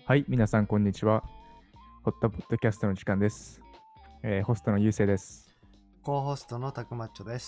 はい、皆さん、こんにちは。ホットポッドキャストの時間です。ホストのゆうせいです。 コーホストのたくまっちょです。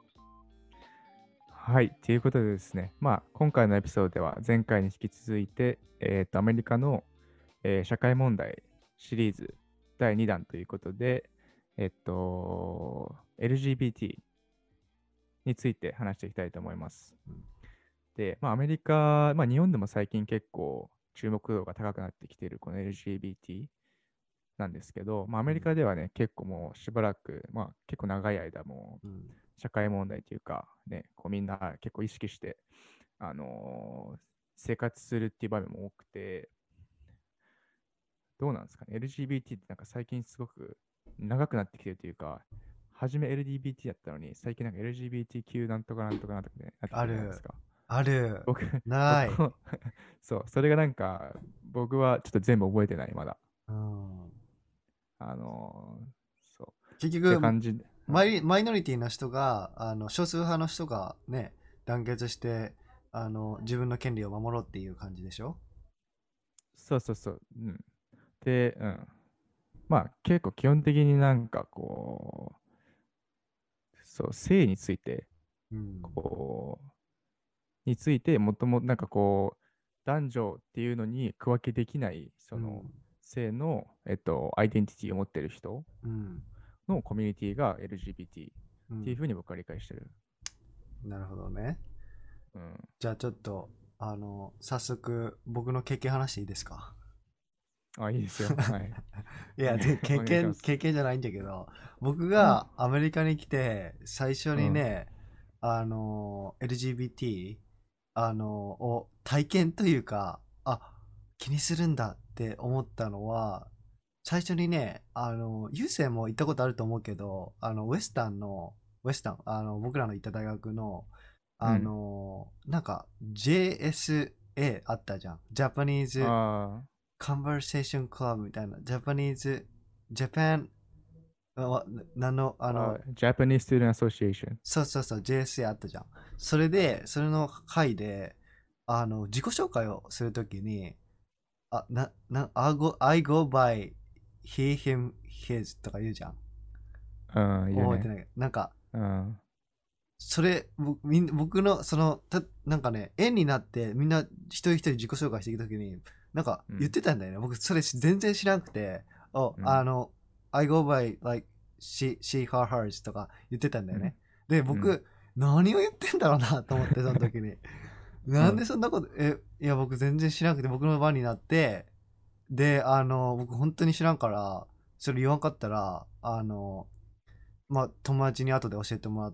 はい、ということでですね、今回のエピソードでは前回に引き続いて、アメリカの、社会問題シリーズ第2弾ということで、LGBT について話していきたいと思います。で、アメリカ、日本でも最近結構注目度が高くなってきているこの LGBTなんですけど、アメリカではね、結構もうしばらく、結構長い間も社会問題というか、ね、こうみんな結構意識して、生活するっていう場面も多くて、どうなんですかね、LGBT ってなんか最近すごく長くなってきてるというか、初め LGBT だったのに、最近なんか LGBTQ なんとかなんとかなんとかね、なってきてるじゃないですある、 か。 ある、 僕、 ない。 僕もそう、それがなんか、僕はちょっと全部覚えてない、まだ。 うん、 あのそうって結局感じで、 マイノリティの人が、少数派の人がね、団結して、自分の権利を守ろうっていう感じでしょ。 そうそうそう。うん。で、結構基本的になんかこう、そう、性について、 うん。 こについて、もともとなんかこう、男女っていうのに区分けできない、その、 うん。 性の、アイデンティティを持ってる人うん。 のコミュニティが LGBT っていううん。 ふうに僕は理解してる。 なるほどね。 うん。 じゃあちょっと、早速、僕の経験話していいですか？ あ、いいですよ。はい。 いや、で、 お願いします。 経験じゃないんだけど、僕がアメリカに来て、最初うん。 にね、LGBT、を体験というか、気にするんだって思ったのは、最初にね、ユーセイも行ったことあると思うけど、ウェスタン、僕らの行った大学の、 うん。 なんか、JSA あったじゃん。ジャパニーズあカンバーセーションクラブみたいな、ジャパン、あなんの、 Japanese Student Association。 そうそうそう、JSA あったじゃん。それで、それの会で、自己紹介をするときに、I go by he, him, his とか言うじゃん。 うん、言うね。 覚えてない。なんか、 うん。 それ、僕の、なんかね、縁になって、みんな一人一人自己紹介していくときに、なんかうん。 言ってたんだよね。僕、それ全然知らなくて、 うん。 I go by, like, she, her, hers とか言ってたんだうん。 よね。で、 うん。 僕、何を言ってんだろうなと思って、その時に。なんでうん。 そんなこと、いや、僕全然知らなくて、僕の番になって、で、僕本当に知らんから、それ言わんかったら、友達に後で教えてもらって、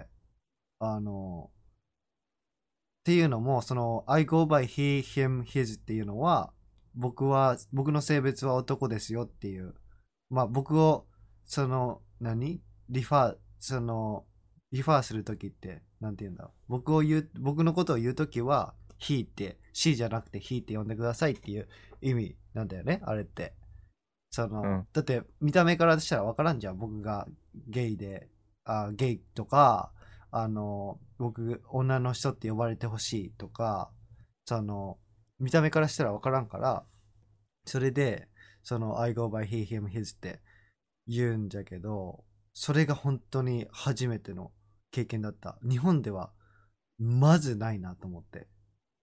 あの、っていうのも、I go by he, him, his っていうのは、僕の性別は男ですよっていう。僕を、リファー、リファーするときって、なんて言うんだろう。僕のことを言うときは、he って、she じゃなくて he って呼んでくださいっていう意味なんだよね、あれって。 うん。 だって見た目からしたらわからんじゃん。僕がゲイで、ゲイとか、僕、女の人って呼ばれてほしいとか、見た目からしたらわからんから、それで、I go by he, him, his って言うんじゃけど、それが本当に初めての経験だった。日本ではまずないなと思って。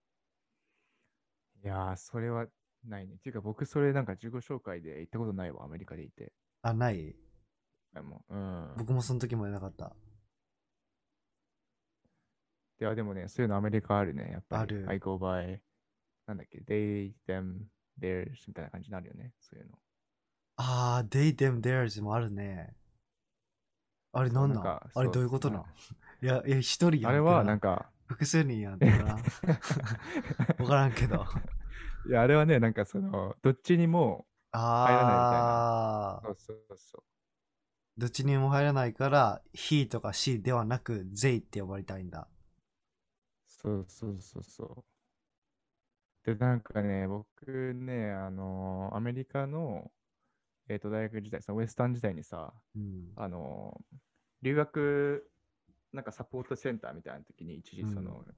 いやー、それはないね。っていうか、僕、それなんか自己紹介で行ったことないわ、アメリカでいて。 ない。 うん。 僕もその時もなかった。 でもね、そういうのアメリカあるね、やっぱり。 ある。 I go by、なんだっけ、they, them, theirs みたいな感じになるよね、そういうの。 they, them, theirs もあるね。あれそう、 なんなん？ なんか、 あれそう、 どういうことなん？いや、一人やあれはんってならん。 なんか複数人やんってならん。わからんけど。 いや、あれはね、なんかどっちにも入らないみたいな。そうあそうそう。 どっちにも入らないから、he とか she ではなく、they って呼ばれたいんだ。 そうそうそうそう。で、なんかね、僕ね、アメリカの、大学時代、そのウェスタン時代にさ、 うん。 あの留学、なんかサポートセンターみたいな時に一時うん。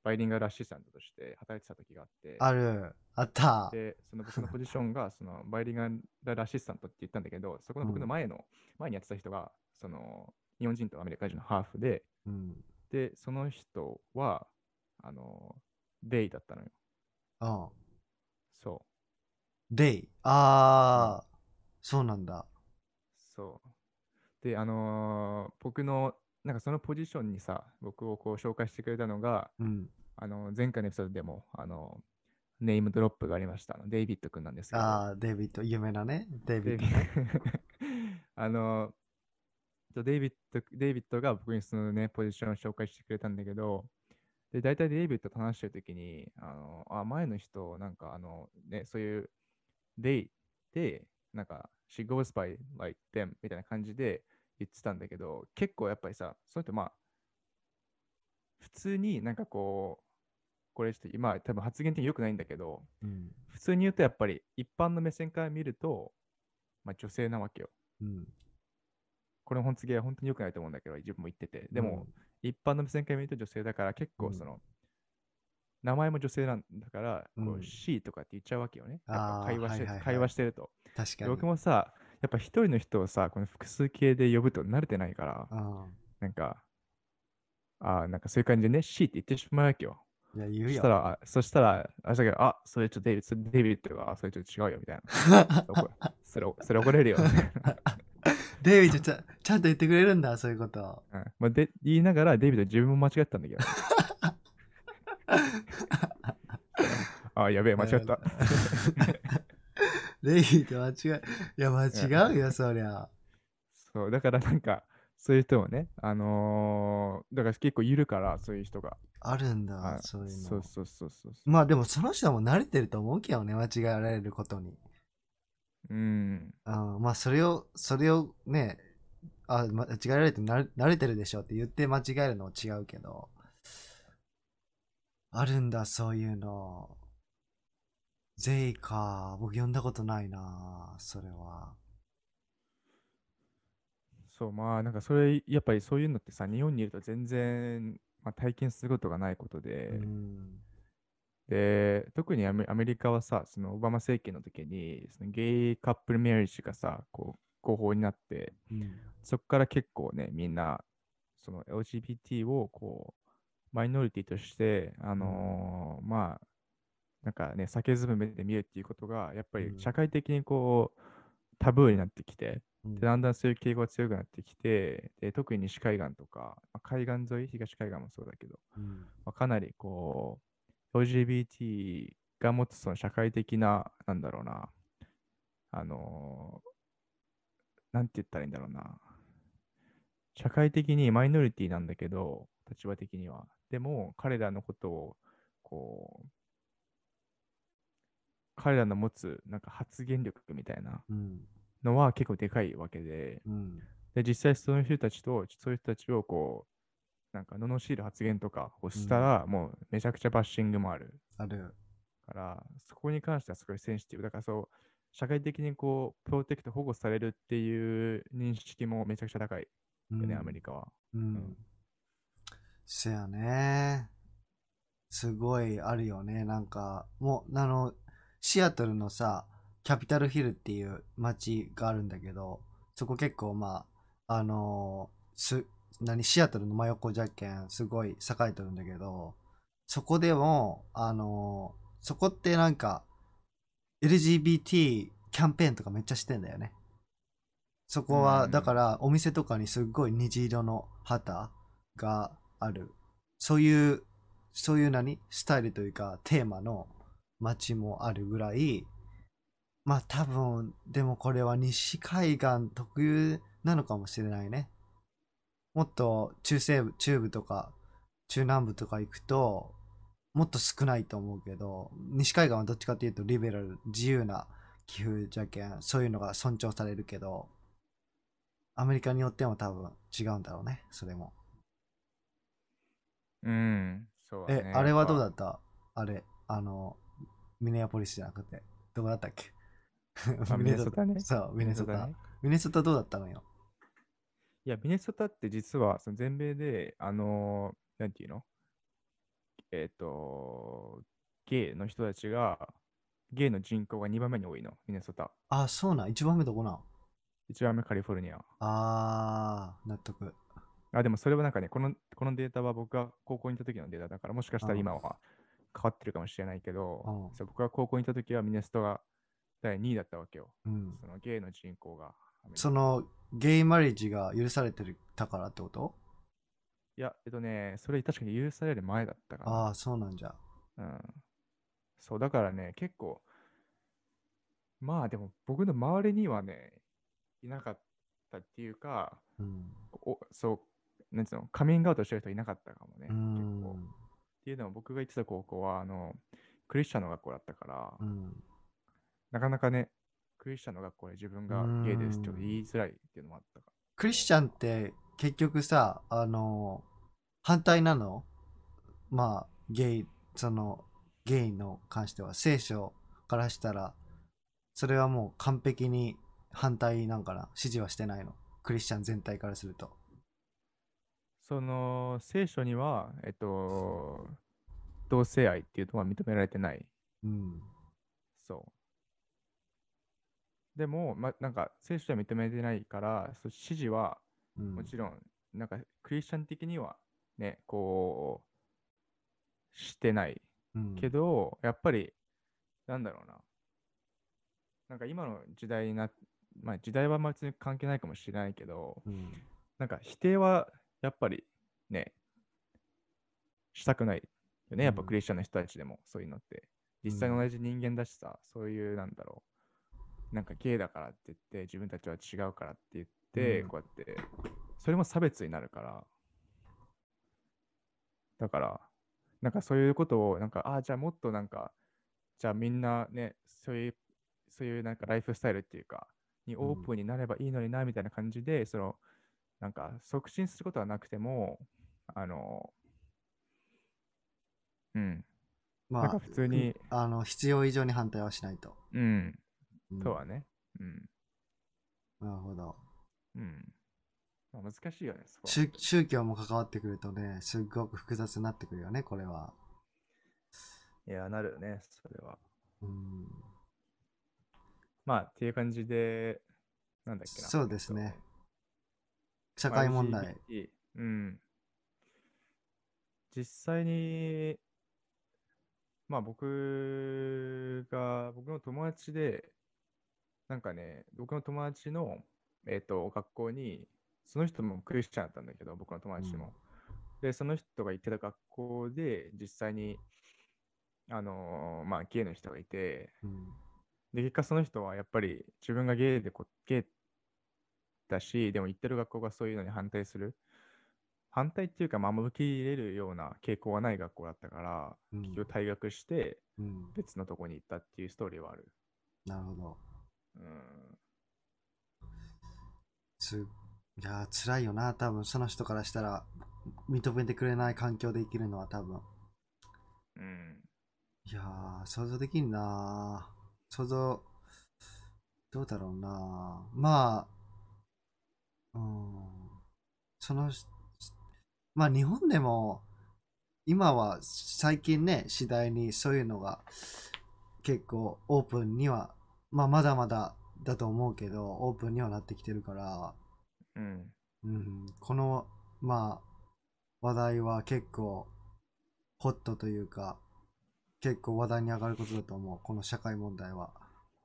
バイリンガルアシスタントとして働いてた時があって、 あった。 で、その僕のポジションがそのバイリンガルアシスタントって言ったんだけど、そこの僕の前にやってた人が、その日本人とアメリカ人のハーフで、 うん。 で、その人は、デイだったのよ。 うん。 そデイ。 う。うん。 そうなんだ。 そう。で、僕の、なんかそのポジションにさ、僕をこう紹介してくれたのが、 うん。 前回のエピソードでも、ネームドロップがありました。デイビッド君なんですけど、 デイビッド、有名なね。デイビデイビッドね。 あの、デイビッドが僕にそのね、ポジションを紹介してくれたんだけど、で、大体デイビッドと話してるときに、前の人、なんかね、そういう、デイで、なんか、she goes by like them みたいな感じで言ってたんだけど、結構やっぱりさ、それってまあ、普通になんかこう、これちょっと今、多分発言的に良くないんだけど、 うん。 普通に言うとやっぱり一般の目線から見ると、まあ女性なわけよ。 うん。 これ本次は本当に良くないと思うんだけど、自分も言ってて。でも、 うん。 一般の目線から見ると女性だから結うん。 構その、名前も女性なんだから、こう、 うん。 she とかって言っちゃうわけよね。やっぱはいはい会はい。 話してると。で確かに。 僕もさ、やっぱ一人の人をさ、この複数形で呼ぶと慣れてないから、 うん。 なんか、なんかそういう感じでね、she って言ってしまうわけよ。 いや、言うよ。 そしたら、あれだけど、それちょっとデイビッドが、それちょっと違うよ、みたいな。それ怒れるよ、みたいな。 デイビッドちゃんと言ってくれるんだ、そういうこと。 うんまあ、言いながら、デイビッド自分も間違ったんだけどね。そうやべえ、間違った。 デイビッド間違い。いや、間うん違うよ、そりゃ。 そう、だからなんか、そういう人もね、だから結構いるから、そういう人が。 あるんだ、そういうの。 そうそうそうそうそまあでもその人も慣れてると思うけどね、間違えられることに。 う。うん。 まあそれをね、間違えられて慣れてるでしょって言って間違えるのは違うけど、あるんだ、そういうの。ゼイか。僕読んだことないな、それは。 そう、まあ、なんかそれ、やっぱりそういうのってさ、日本にいると全然、まあ、体験することがないことうで、 ん。 で、特にアメリカはさ、そのオバマ政権の時に、そのゲイカップルメリッジがさ、こう、合法になって、 うん。 そこから結構ね、みんな、その LGBT をこう、マイノリティとして、 うん。 まあ、なんかね、酒ずぶ目で見るっていうことが、やっぱりうん。 社会的にこう、タブーになってきて、で、 うん。 だんだんそういう傾向が強くなってきて、で、特に西海岸とか、まあ、海岸沿い、東海岸もそうだけど、 うん。 まあ、かなりこう、LGBT が持つその社会的な、なんだろうな、あのなんて言ったらいいんだろうな、社会的にマイノリティなんだけど、立場的には。でも、彼らのことを、こう、彼らの持つなんか発言力みたいなうん。 のは結構でかいわけで、 うん。 で、実際そういう人たちをこう、なんか罵る発言とかをうん。 したら、もうめちゃくちゃバッシングもあるある。 から、そこに関してはすごいセンシティブ。だからそう、社会的にこう、プロテクト保護されるっていう認識もめちゃくちゃ高いよね、アメうん。 リカは。うん。 うん。せやね。すごいあるよね。なんか、もう、シアトルのさ、キャピタルヒルっていう街があるんだけど、そこ結構まあ、シアトルの真横じゃけん、すごい栄えてるんだけど、そこでも、そこってなんか、LGBT キャンペーンとかめっちゃしてんだよね。そうこは、だかん。 ら、お店とかにすっごい虹色の旗がある。そういう、そういうスタイルというか、テーマの街もあるぐらい、まあ多分、でもこれは西海岸特有なのかもしれないね。もっと中西部、中部とか、中南部とか行くと、もっと少ないと思うけど、西海岸はどっちかっていうとリベラル、自由な気風じゃけん、そういうのが尊重されるけど、アメリカによっても多分違うんだろうね、それも。 うん。そうだね。 あれはどうだやっぱ、 ったあれ、ミネアポリスじゃなくて、どこだったっけ？ まあ、ミミネソタ。 ネソタね。 そう、ミミネソタ。 ネソタね。 ミネソタどうだったのよ。 いや、ミネソタって実は、その全米で、なんていうのゲイの人たちが、ゲイの人口が2番目に多いの、ミネソタ。 あ、そうなん。一番目どこなん？ 1番目カリフォルニア。 納得。 あ、でもそれはなんかね、このデータは僕が高校に行った時のデータだから、もしかしたらうん。 今は変わってるかもしれないけど、 うん。 そう僕が高校に行った時はミネソタが第2位だったわけよ。 うん。 そのゲイの人口がアメリカで。 その、ゲイマリッジが許されてたからってこと？ いや、それ確かに許される前だったかな。 そうなんじゃ。 うん。そう、だからね、結構、まあでも僕の周りにはね、いなかったっていうか、 うん。 そう、なんつうの、カミングアウトしてる人いなかったかもうね、結構。 ん。 っていうのは僕が行ってた高校は、クリスチャンの学校だったから、 うん。 なかなかね、クリスチャンの学校で自分うがゲイですってことん。 言いづらいっていうのもあったかクリスチャンって結局さ、反対なの？まあ、ゲイの関しては、聖書からしたら、それはもう完璧に反対なんかな？支持はしてないの？クリスチャン全体からすると。 その聖書には、同性愛っていうのは認められてない。 うん。 そう。でも、なんか聖書では認められてないから、そう支持はうん。 もちろん、なんかクリスチャン的にはね、こう、してないうん。 けど、やっぱり、なんだろうな。なんか今の時代まあ時代は別に関係ないかもしれないけど、 うん。 なんか否定はやっぱりね、したくないよね。やっぱクうん。 リスチャンの人たちでもそういうのって。実際にうん。 同じ人間だしさ、そういうなんだろう。なんかゲイだからって言って、自分たちは違うからって言って、 うん。 こうやって、それも差別になるから、だから、なんかそういうことを、なんか、じゃあもっとなんか、じゃあみんなね、そういうなんかライフスタイルっていうか、にオーうん。 プンになればいいのにな、みたいな感じで、なんか促進することはなくても、あの、うん、なんまか普通に、 必要以上に反対はしないと。 うん、 うん。 とはね、うん、 なるほど。 うん、まあ、難しいよね、そこは本当に。 宗教も関わってくるとね、すっごく複雑になってくるよね、これは。 いや、なるよね、それは。 うん。 まあ、っていう感じで、なんだっけな、 そうですね。社まあ、 会問題。 LGBT、うん、実際に、まあ僕の友達で、なんかね、僕の友達の、学校に、その人もクリスチャンだったんだけど、僕の友うん。 達も。で、その人が行ってた学校で、実際に、まあ、ゲイの人がいて、 うん。 で、結果その人はやっぱり自分がゲイだし、でも行ってる学校がそういうのに反対する。反対っていうか、まあ、受け入れるような傾向はない学校だったから、 うん。 結局退学してうん。 別のとこに行ったっていうストーリーはある。 なるほど。 うん。 いやー、辛いよな、多分、その人からしたら、認めてくれない環境で生きるのは多分。 うん。 いやー、想像できんな。想像、どうだろうな。まあ、うん、その、まあ日本でも、今は最近ね、次第にそういうのが結構オープンには、まあまだまだだと思うけど、オープンにはなってきてるから、 うん。 うん、この、まあ、話題は結構ホットというか、結構話題に上がることだと思う、この社会問題は。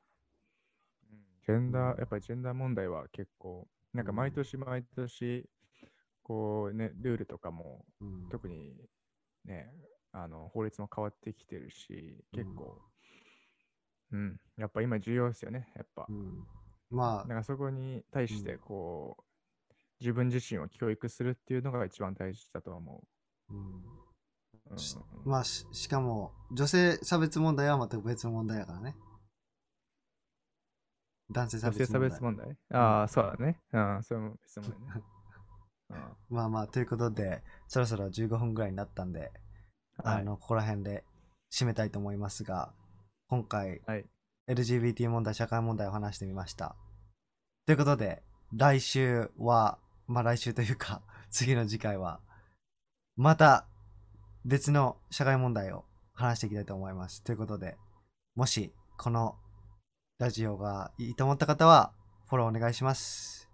うん、 やっぱりジェンダー問題は結構、なんか毎うん、 年毎年、こうね、ルールとかも、 うん、 特にね、法律も変わってきてるし、 うん、 結構、うん、やっぱ今重要ですよね、やっぱ。 うん。まあ、 なんかそこに対うん、 して、自分自身を教育するっていうのが一番大事だと思うん。 う。うん、 まあしかも、女性差別問題はまた別の問題やからね。男性差女性差別問題。 別問題うん。 そうだね。それも別の問題ね。 まあまあ、ということで、そろそろ15分ぐらいになったんで、 はい。 ここら辺で締めたいと思いますが、今回、 はい。 LGBT 問題、社会問題を話してみました。ということで、来週は、まあ来週というか、次の次回は、また別の社会問題を話していきたいと思います。ということで、もしこのラジオがいいと思った方はフォローお願いします。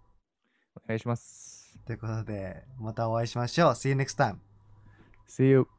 お願いします。 ということで、またお会いしましょう。See you next time. See you.